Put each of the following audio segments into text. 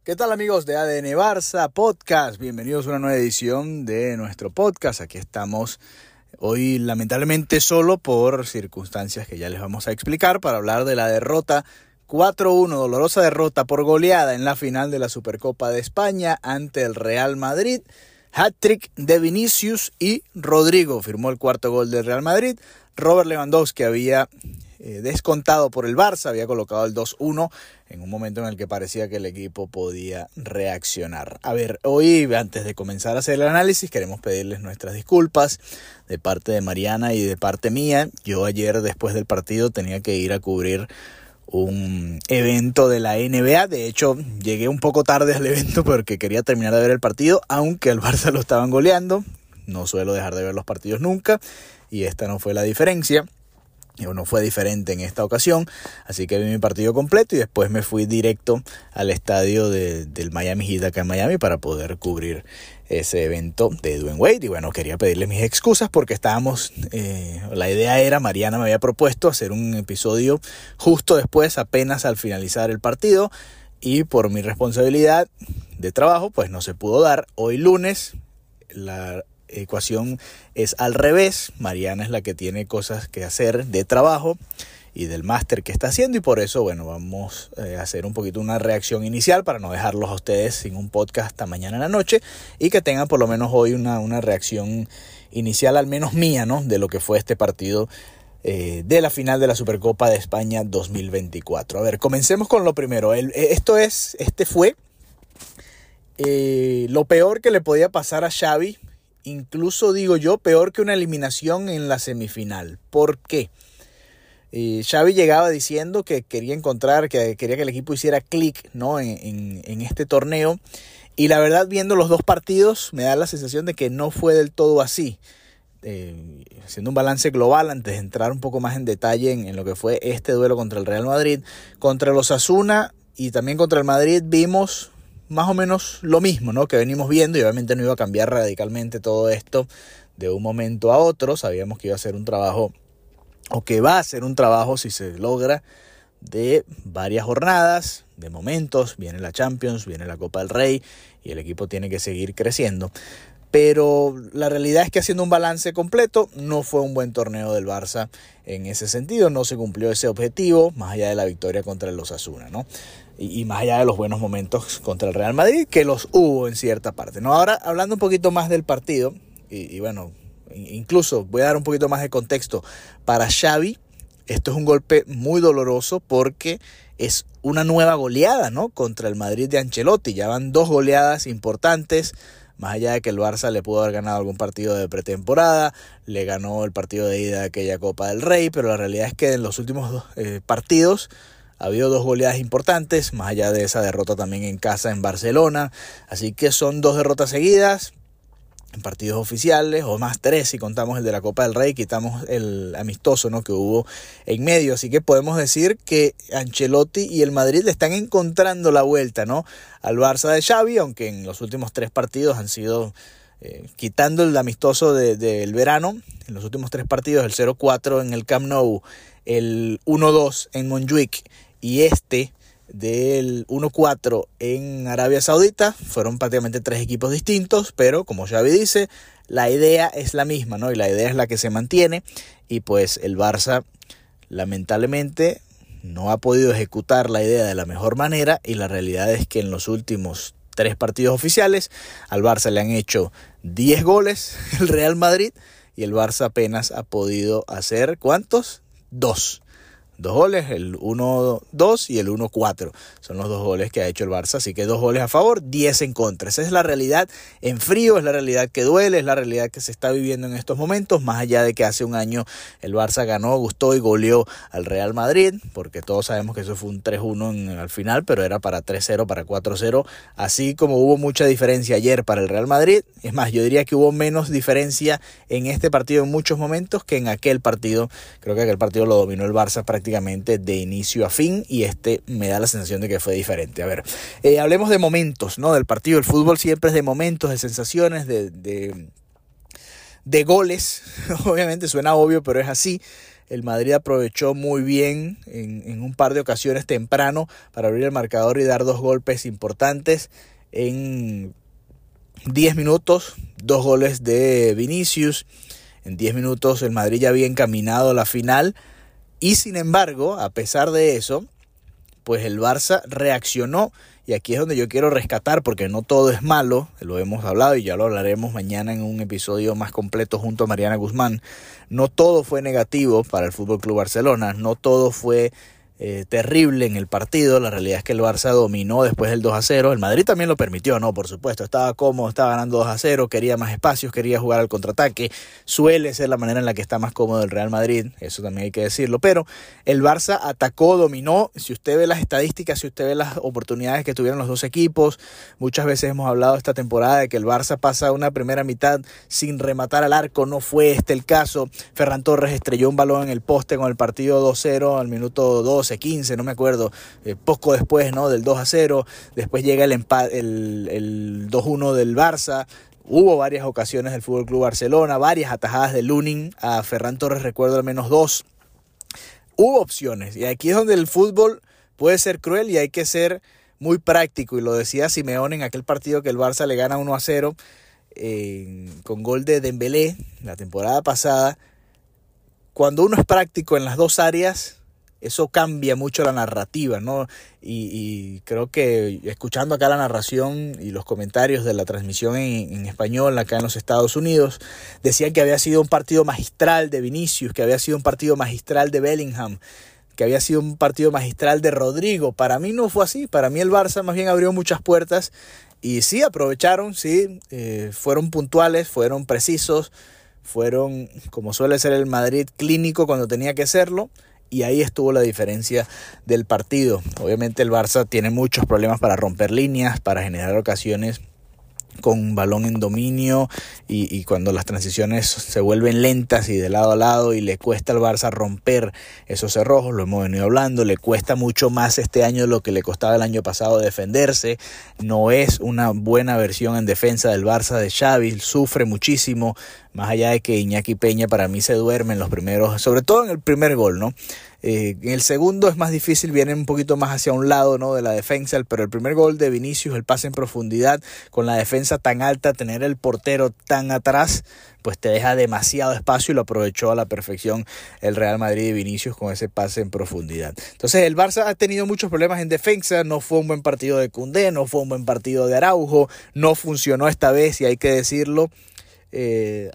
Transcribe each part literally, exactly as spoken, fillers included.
¿Qué tal amigos de A D N Barça Podcast? Bienvenidos a una nueva edición de nuestro podcast. Aquí estamos hoy lamentablemente solo por circunstancias que ya les vamos a explicar para hablar de la derrota cuatro uno, dolorosa derrota por goleada en la final de la Supercopa de España ante el Real Madrid. Hat-trick de Vinicius y Rodrigo firmó el cuarto gol del Real Madrid. Robert Lewandowski había eh, descontado por el Barça, había colocado el dos uno en un momento en el que parecía que el equipo podía reaccionar. A ver, hoy antes de comenzar a hacer el análisis queremos pedirles nuestras disculpas de parte de Mariana y de parte mía. Yo ayer después del partido tenía que ir a cubrir un evento de la N B A. De hecho, llegué un poco tarde al evento porque quería terminar de ver el partido, aunque el Barça lo estaban goleando. No suelo dejar de ver los partidos nunca, y esta no fue la diferencia, o no fue diferente en esta ocasión. Así que vi mi partido completo y después me fui directo al estadio de, del Miami Heat acá en Miami para poder cubrir ese evento de Dwyane Wade. Y bueno, quería pedirles mis excusas porque estábamos, eh, la idea era, Mariana me había propuesto hacer un episodio justo después, apenas al finalizar el partido, y por mi responsabilidad de trabajo pues no se pudo dar. Hoy lunes la ecuación es al revés. Mariana es la que tiene cosas que hacer de trabajo y del máster que está haciendo, y por eso, bueno, vamos eh, a hacer un poquito una reacción inicial para no dejarlos a ustedes sin un podcast hasta mañana en la noche, y que tengan por lo menos hoy una, una reacción inicial, al menos mía, ¿no?, de lo que fue este partido eh, de la final de la Supercopa de España dos mil veinticuatro. A ver, comencemos con lo primero. El, esto es, este fue eh, lo peor que le podía pasar a Xavi. Incluso digo yo, peor que una eliminación en la semifinal. ¿Por qué? Eh, Xavi llegaba diciendo que quería encontrar, que quería que el equipo hiciera clic, ¿no?, en, en, en este torneo. Y la verdad, viendo los dos partidos, me da la sensación de que no fue del todo así. Eh, haciendo un balance global, antes de entrar un poco más en detalle en, en lo que fue este duelo contra el Real Madrid, contra el Osasuna y también contra el Madrid, vimos más o menos lo mismo, ¿no?, que venimos viendo, y obviamente no iba a cambiar radicalmente todo esto de un momento a otro. Sabíamos que iba a ser un trabajo, o que va a ser un trabajo, si se logra, de varias jornadas, de momentos. Viene la Champions, viene la Copa del Rey, y el equipo tiene que seguir creciendo. Pero la realidad es que, haciendo un balance completo, no fue un buen torneo del Barça en ese sentido. No se cumplió ese objetivo, más allá de la victoria contra el Osasuna, ¿no? Y, y más allá de los buenos momentos contra el Real Madrid, que los hubo en cierta parte, ¿no? Ahora, hablando un poquito más del partido, y, y bueno, incluso voy a dar un poquito más de contexto. Para Xavi, esto es un golpe muy doloroso porque es una nueva goleada, ¿no?, contra el Madrid de Ancelotti. Ya van dos goleadas importantes. Más allá de que el Barça le pudo haber ganado algún partido de pretemporada, le ganó el partido de ida de aquella Copa del Rey, pero la realidad es que en los últimos eh, partidos ha habido dos goleadas importantes, más allá de esa derrota también en casa en Barcelona. Así que son dos derrotas seguidas en partidos oficiales, o más tres si contamos el de la Copa del Rey, quitamos el amistoso, ¿no?, que hubo en medio. Así que podemos decir que Ancelotti y el Madrid le están encontrando la vuelta, ¿no?, al Barça de Xavi, aunque en los últimos tres partidos han sido, eh, quitando el amistoso del de, de verano, en los últimos tres partidos, el cero cuatro en el Camp Nou, el uno dos en Montjuic y este del uno cuatro en Arabia Saudita, fueron prácticamente tres equipos distintos, pero como Xavi dice, la idea es la misma, ¿no?, y la idea es la que se mantiene. Y pues el Barça lamentablemente no ha podido ejecutar la idea de la mejor manera, y la realidad es que en los últimos tres partidos oficiales al Barça le han hecho diez goles el Real Madrid, y el Barça apenas ha podido hacer, ¿cuántos? Dos. Dos goles, el uno dos y el uno cuatro. Son los dos goles que ha hecho el Barça. Así que dos goles a favor, diez en contra. Esa es la realidad en frío, es la realidad que duele, es la realidad que se está viviendo en estos momentos. Más allá de que hace un año el Barça ganó, gustó y goleó al Real Madrid, porque todos sabemos que eso fue un tres uno en, al final, pero era para tres cero, para cuatro cero. Así como hubo mucha diferencia ayer para el Real Madrid. Es más, yo diría que hubo menos diferencia en este partido en muchos momentos que en aquel partido. Creo que aquel partido lo dominó el Barça prácticamente prácticamente de inicio a fin, y este me da la sensación de que fue diferente. A ver, eh, hablemos de momentos, ¿no?, del partido. El fútbol siempre es de momentos, de sensaciones, de, de, de goles. Obviamente suena obvio, pero es así. El Madrid aprovechó muy bien en, en un par de ocasiones temprano para abrir el marcador y dar dos golpes importantes. En diez minutos, dos goles de Vinicius. En diez minutos el Madrid ya había encaminado la final. Y sin embargo, a pesar de eso, pues el Barça reaccionó. Y aquí es donde yo quiero rescatar, porque no todo es malo, lo hemos hablado y ya lo hablaremos mañana en un episodio más completo junto a Mariana Guzmán. No todo fue negativo para el F C Barcelona, no todo fue eh, terrible en el partido. La realidad es que el Barça dominó después del dos a cero. El Madrid también lo permitió, ¿no? Por supuesto, estaba cómodo, estaba ganando dos a cero, quería más espacios, quería jugar al contraataque. Suele ser la manera en la que está más cómodo el Real Madrid, eso también hay que decirlo. Pero el Barça atacó, dominó. Si usted ve las estadísticas, si usted ve las oportunidades que tuvieron los dos equipos, muchas veces hemos hablado esta temporada de que el Barça pasa una primera mitad sin rematar al arco. No fue este el caso. Ferran Torres estrelló un balón en el poste con el partido dos cero al minuto doce, quince, no me acuerdo, eh, poco después, ¿no?, del dos a cero. Después llega el, empate, el, el dos uno del Barça. Hubo varias ocasiones del F C Barcelona, varias atajadas de Lunin a Ferran Torres, recuerdo al menos dos. Hubo opciones, y aquí es donde el fútbol puede ser cruel y hay que ser muy práctico, y lo decía Simeone en aquel partido que el Barça le gana uno a cero eh, con gol de Dembélé la temporada pasada. Cuando uno es práctico en las dos áreas, eso cambia mucho la narrativa, ¿no? Y, y creo que escuchando acá la narración y los comentarios de la transmisión en, en español acá en los Estados Unidos, decían que había sido un partido magistral de Vinicius, que había sido un partido magistral de Bellingham, que había sido un partido magistral de Rodrigo. Para mí no fue así. Para mí el Barça más bien abrió muchas puertas y sí aprovecharon, sí, eh, fueron puntuales, fueron precisos, fueron, como suele ser el Madrid, clínico cuando tenía que serlo. Y ahí estuvo la diferencia del partido. Obviamente el Barça tiene muchos problemas para romper líneas, para generar ocasiones con balón en dominio y, y cuando las transiciones se vuelven lentas y de lado a lado y le cuesta al Barça romper esos cerrojos, lo hemos venido hablando, le cuesta mucho más este año de lo que le costaba el año pasado defenderse. No es una buena versión en defensa del Barça de Xavi, sufre muchísimo, más allá de que Iñaki Peña para mí se duerme en los primeros, sobre todo en el primer gol, ¿no? Eh, en el segundo es más difícil, viene un poquito más hacia un lado, ¿no?, de la defensa, pero el primer gol de Vinicius, el pase en profundidad, con la defensa tan alta, tener el portero tan atrás, pues te deja demasiado espacio y lo aprovechó a la perfección el Real Madrid y Vinicius con ese pase en profundidad. Entonces el Barça ha tenido muchos problemas en defensa, no fue un buen partido de Koundé, no fue un buen partido de Araujo, no funcionó esta vez y hay que decirlo. Eh,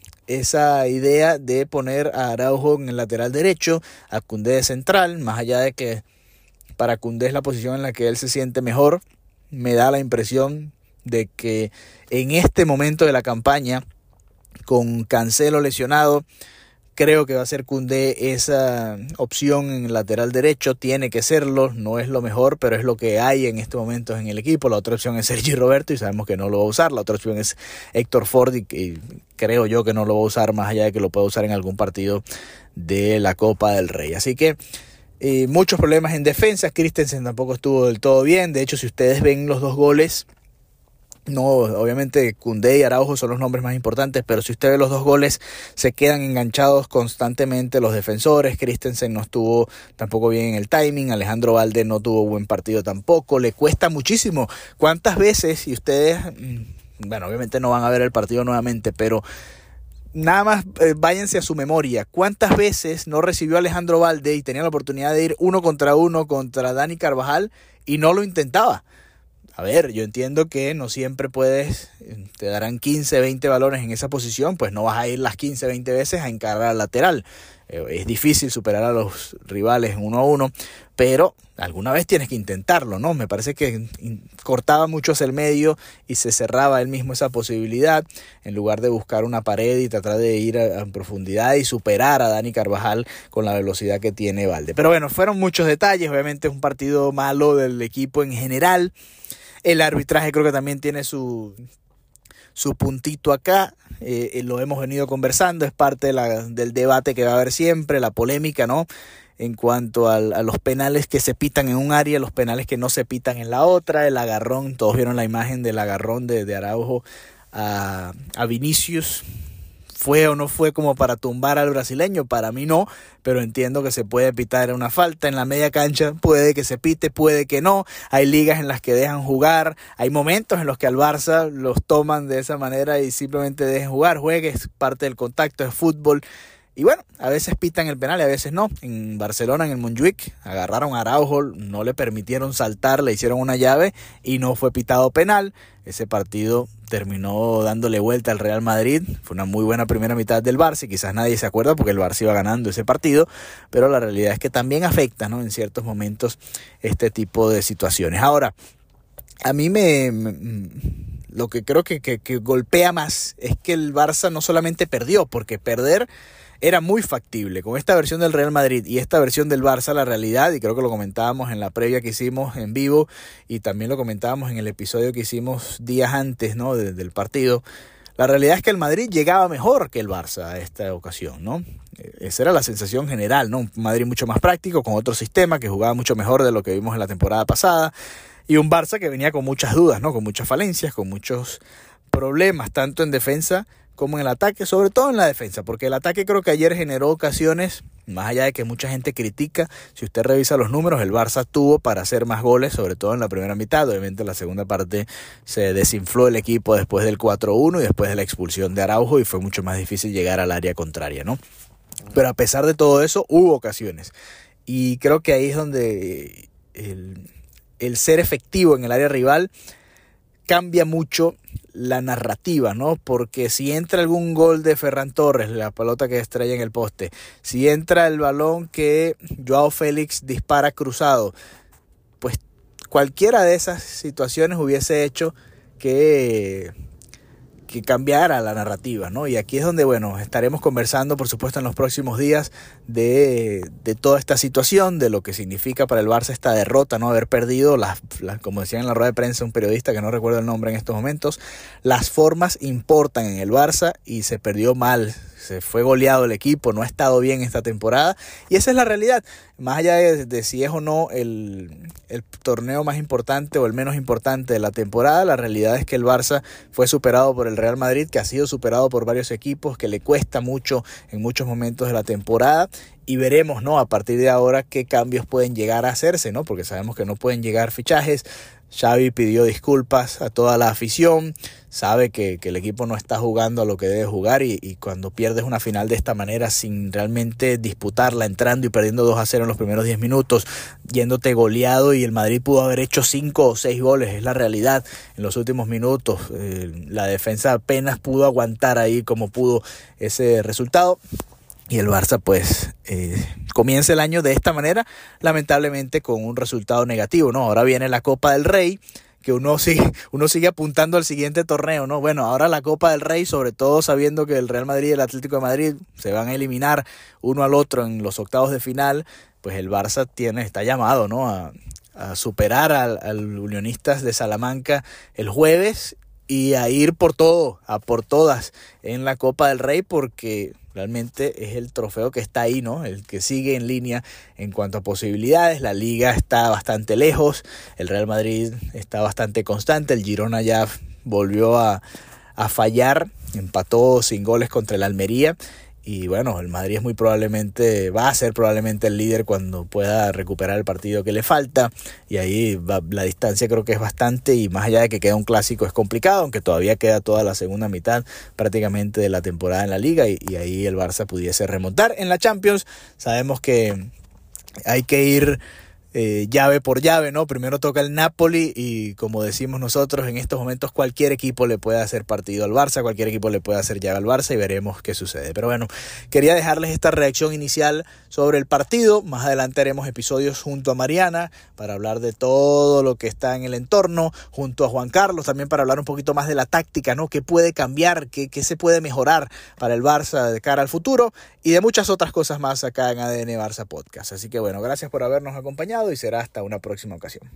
esa idea de poner a Araujo en el lateral derecho, a Koundé de central, más allá de que para Koundé es la posición en la que él se siente mejor, me da la impresión de que en este momento de la campaña, con Cancelo lesionado, creo que va a ser Koundé esa opción en el lateral derecho, tiene que serlo, no es lo mejor, pero es lo que hay en este momento en el equipo. La otra opción es Sergi Roberto y sabemos que no lo va a usar. La otra opción es Héctor Ford y, y creo yo que no lo va a usar, más allá de que lo pueda usar en algún partido de la Copa del Rey. Así que eh, muchos problemas en defensa. Christensen tampoco estuvo del todo bien. De hecho, si ustedes ven los dos goles, no, obviamente Koundé y Araujo son los nombres más importantes, pero si usted ve los dos goles, se quedan enganchados constantemente los defensores. Christensen no estuvo tampoco bien en el timing, Alejandro Balde no tuvo buen partido tampoco, le cuesta muchísimo. ¿Cuántas veces, y ustedes, bueno, obviamente no van a ver el partido nuevamente, pero nada más eh, váyanse a su memoria, cuántas veces no recibió Alejandro Balde y tenía la oportunidad de ir uno contra uno contra Dani Carvajal y no lo intentaba? A ver, yo entiendo que no siempre puedes, te darán quince, veinte balones en esa posición, pues no vas a ir las quince, veinte veces a encarar al lateral. Eh, es difícil superar a los rivales uno a uno, pero alguna vez tienes que intentarlo, ¿no? Me parece que cortaba mucho hacia el medio y se cerraba él mismo esa posibilidad, en lugar de buscar una pared y tratar de ir a, a profundidad y superar a Dani Carvajal con la velocidad que tiene Balde. Pero bueno, fueron muchos detalles, obviamente es un partido malo del equipo en general. El arbitraje creo que también tiene su, su puntito acá, eh, lo hemos venido conversando, es parte de la, del debate que va a haber siempre, la polémica, ¿no?, en cuanto al, a los penales que se pitan en un área, los penales que no se pitan en la otra, el agarrón, todos vieron la imagen del agarrón de, de Araujo a, a Vinicius, ¿fue o no fue como para tumbar al brasileño? Para mí no, pero entiendo que se puede pitar una falta en la media cancha, puede que se pite, puede que no. Hay ligas en las que dejan jugar, hay momentos en los que al Barça los toman de esa manera y simplemente dejan jugar, juegue, es parte del contacto, es fútbol. Y bueno, a veces pitan el penal y a veces no. En Barcelona, en el Montjuic, agarraron a Araujo, no le permitieron saltar, le hicieron una llave y no fue pitado penal. Ese partido terminó dándole vuelta al Real Madrid. Fue una muy buena primera mitad del Barça y quizás nadie se acuerda porque el Barça iba ganando ese partido, pero la realidad es que también afecta, ¿no?, en ciertos momentos este tipo de situaciones. Ahora, a mí me... me lo que creo que, que, que golpea más es que el Barça no solamente perdió, porque perder era muy factible. Con esta versión del Real Madrid y esta versión del Barça, la realidad, y creo que lo comentábamos en la previa que hicimos en vivo y también lo comentábamos en el episodio que hicimos días antes, ¿no?, de, del partido, la realidad es que el Madrid llegaba mejor que el Barça a esta ocasión, ¿no? Esa era la sensación general, ¿no? Un Madrid mucho más práctico, con otro sistema, que jugaba mucho mejor de lo que vimos en la temporada pasada, y un Barça que venía con muchas dudas, ¿no?, con muchas falencias, con muchos problemas, tanto en defensa como en el ataque, sobre todo en la defensa, porque el ataque creo que ayer generó ocasiones, más allá de que mucha gente critica. Si usted revisa los números, el Barça tuvo para hacer más goles, sobre todo en la primera mitad. Obviamente en la segunda parte se desinfló el equipo después del cuatro uno y después de la expulsión de Araujo y fue mucho más difícil llegar al área contraria, ¿no? Pero a pesar de todo eso, hubo ocasiones. Y creo que ahí es donde el, el ser efectivo en el área rival cambia mucho la narrativa, ¿no? Porque si entra algún gol de Ferran Torres, la pelota que estrella en el poste, si entra el balón que Joao Félix dispara cruzado, pues cualquiera de esas situaciones hubiese hecho que... que cambiara la narrativa, ¿no? Y aquí es donde, bueno, estaremos conversando, por supuesto, en los próximos días de, de toda esta situación, de lo que significa para el Barça esta derrota, ¿no? Haber perdido, las, las, como decía en la rueda de prensa un periodista que no recuerdo el nombre en estos momentos, las formas importan en el Barça y se perdió mal, se fue goleado el equipo, no ha estado bien esta temporada y esa es la realidad. Más allá de, de si es o no el, el torneo más importante o el menos importante de la temporada, la realidad es que el Barça fue superado por el Real Madrid, que ha sido superado por varios equipos, que le cuesta mucho en muchos momentos de la temporada. Y veremos, ¿no?, a partir de ahora qué cambios pueden llegar a hacerse, ¿no? Porque sabemos que no pueden llegar fichajes. Xavi pidió disculpas a toda la afición, sabe que, que el equipo no está jugando a lo que debe jugar y, y cuando pierdes una final de esta manera sin realmente disputarla, entrando y perdiendo dos a cero en los primeros diez minutos, yéndote goleado y el Madrid pudo haber hecho cinco o seis goles, es la realidad en los últimos minutos. Eh, la defensa apenas pudo aguantar ahí como pudo ese resultado. Y el Barça pues eh, comienza el año de esta manera, lamentablemente con un resultado negativo, ¿no? Ahora viene la Copa del Rey, que uno sigue, uno sigue apuntando al siguiente torneo, ¿no? Bueno, ahora la Copa del Rey, sobre todo sabiendo que el Real Madrid y el Atlético de Madrid se van a eliminar uno al otro en los octavos de final, pues el Barça tiene, está llamado, ¿no?, a, a superar al, al Unionistas de Salamanca el jueves y a ir por todo, a por todas en la Copa del Rey, porque realmente es el trofeo que está ahí, ¿no?, el que sigue en línea en cuanto a posibilidades. La Liga está bastante lejos, el Real Madrid está bastante constante, el Girona ya volvió a, a fallar, empató sin goles contra el Almería. Y bueno, el Madrid es muy probablemente, va a ser probablemente el líder cuando pueda recuperar el partido que le falta. Y ahí va, la distancia creo que es bastante y más allá de que queda un clásico es complicado, aunque todavía queda toda la segunda mitad prácticamente de la temporada en la Liga y, y ahí el Barça pudiese remontar. En la Champions sabemos que hay que ir Eh, llave por llave, ¿no? Primero toca el Napoli y como decimos nosotros, en estos momentos cualquier equipo le puede hacer partido al Barça, cualquier equipo le puede hacer llave al Barça y veremos qué sucede. Pero bueno, quería dejarles esta reacción inicial sobre el partido. Más adelante haremos episodios junto a Mariana para hablar de todo lo que está en el entorno, junto a Juan Carlos también para hablar un poquito más de la táctica, ¿no? ¿Qué puede cambiar? ¿Qué, qué se puede mejorar para el Barça de cara al futuro? Y de muchas otras cosas más acá en A D N Barça Podcast. Así que bueno, gracias por habernos acompañado y será hasta una próxima ocasión.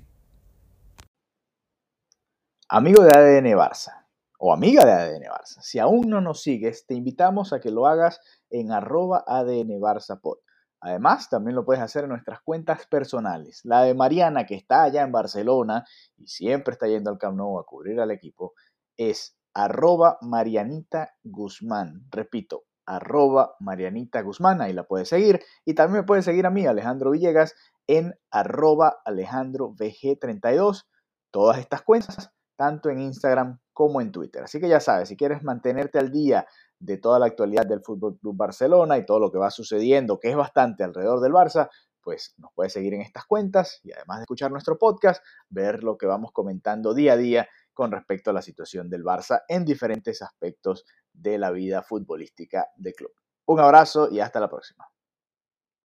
Amigo de A D N Barça o amiga de A D N Barça, si aún no nos sigues, te invitamos a que lo hagas en arroba A D N Barça Pod. Además, también lo puedes hacer en nuestras cuentas personales. La de Mariana, que está allá en Barcelona y siempre está yendo al Camp Nou a cubrir al equipo, es arroba Marianita Guzmán. Repito, arroba Marianita Guzmán, ahí la puedes seguir. Y también me puedes seguir a mí, Alejandro Villegas, en arroba Alejandro V G treinta y dos. Todas estas cuentas, tanto en Instagram como en Twitter. Así que ya sabes, si quieres mantenerte al día de toda la actualidad del Fútbol Club Barcelona y todo lo que va sucediendo, que es bastante alrededor del Barça, pues nos puedes seguir en estas cuentas y además de escuchar nuestro podcast, ver lo que vamos comentando día a día con respecto a la situación del Barça en diferentes aspectos de la vida futbolística del club. Un abrazo y hasta la próxima.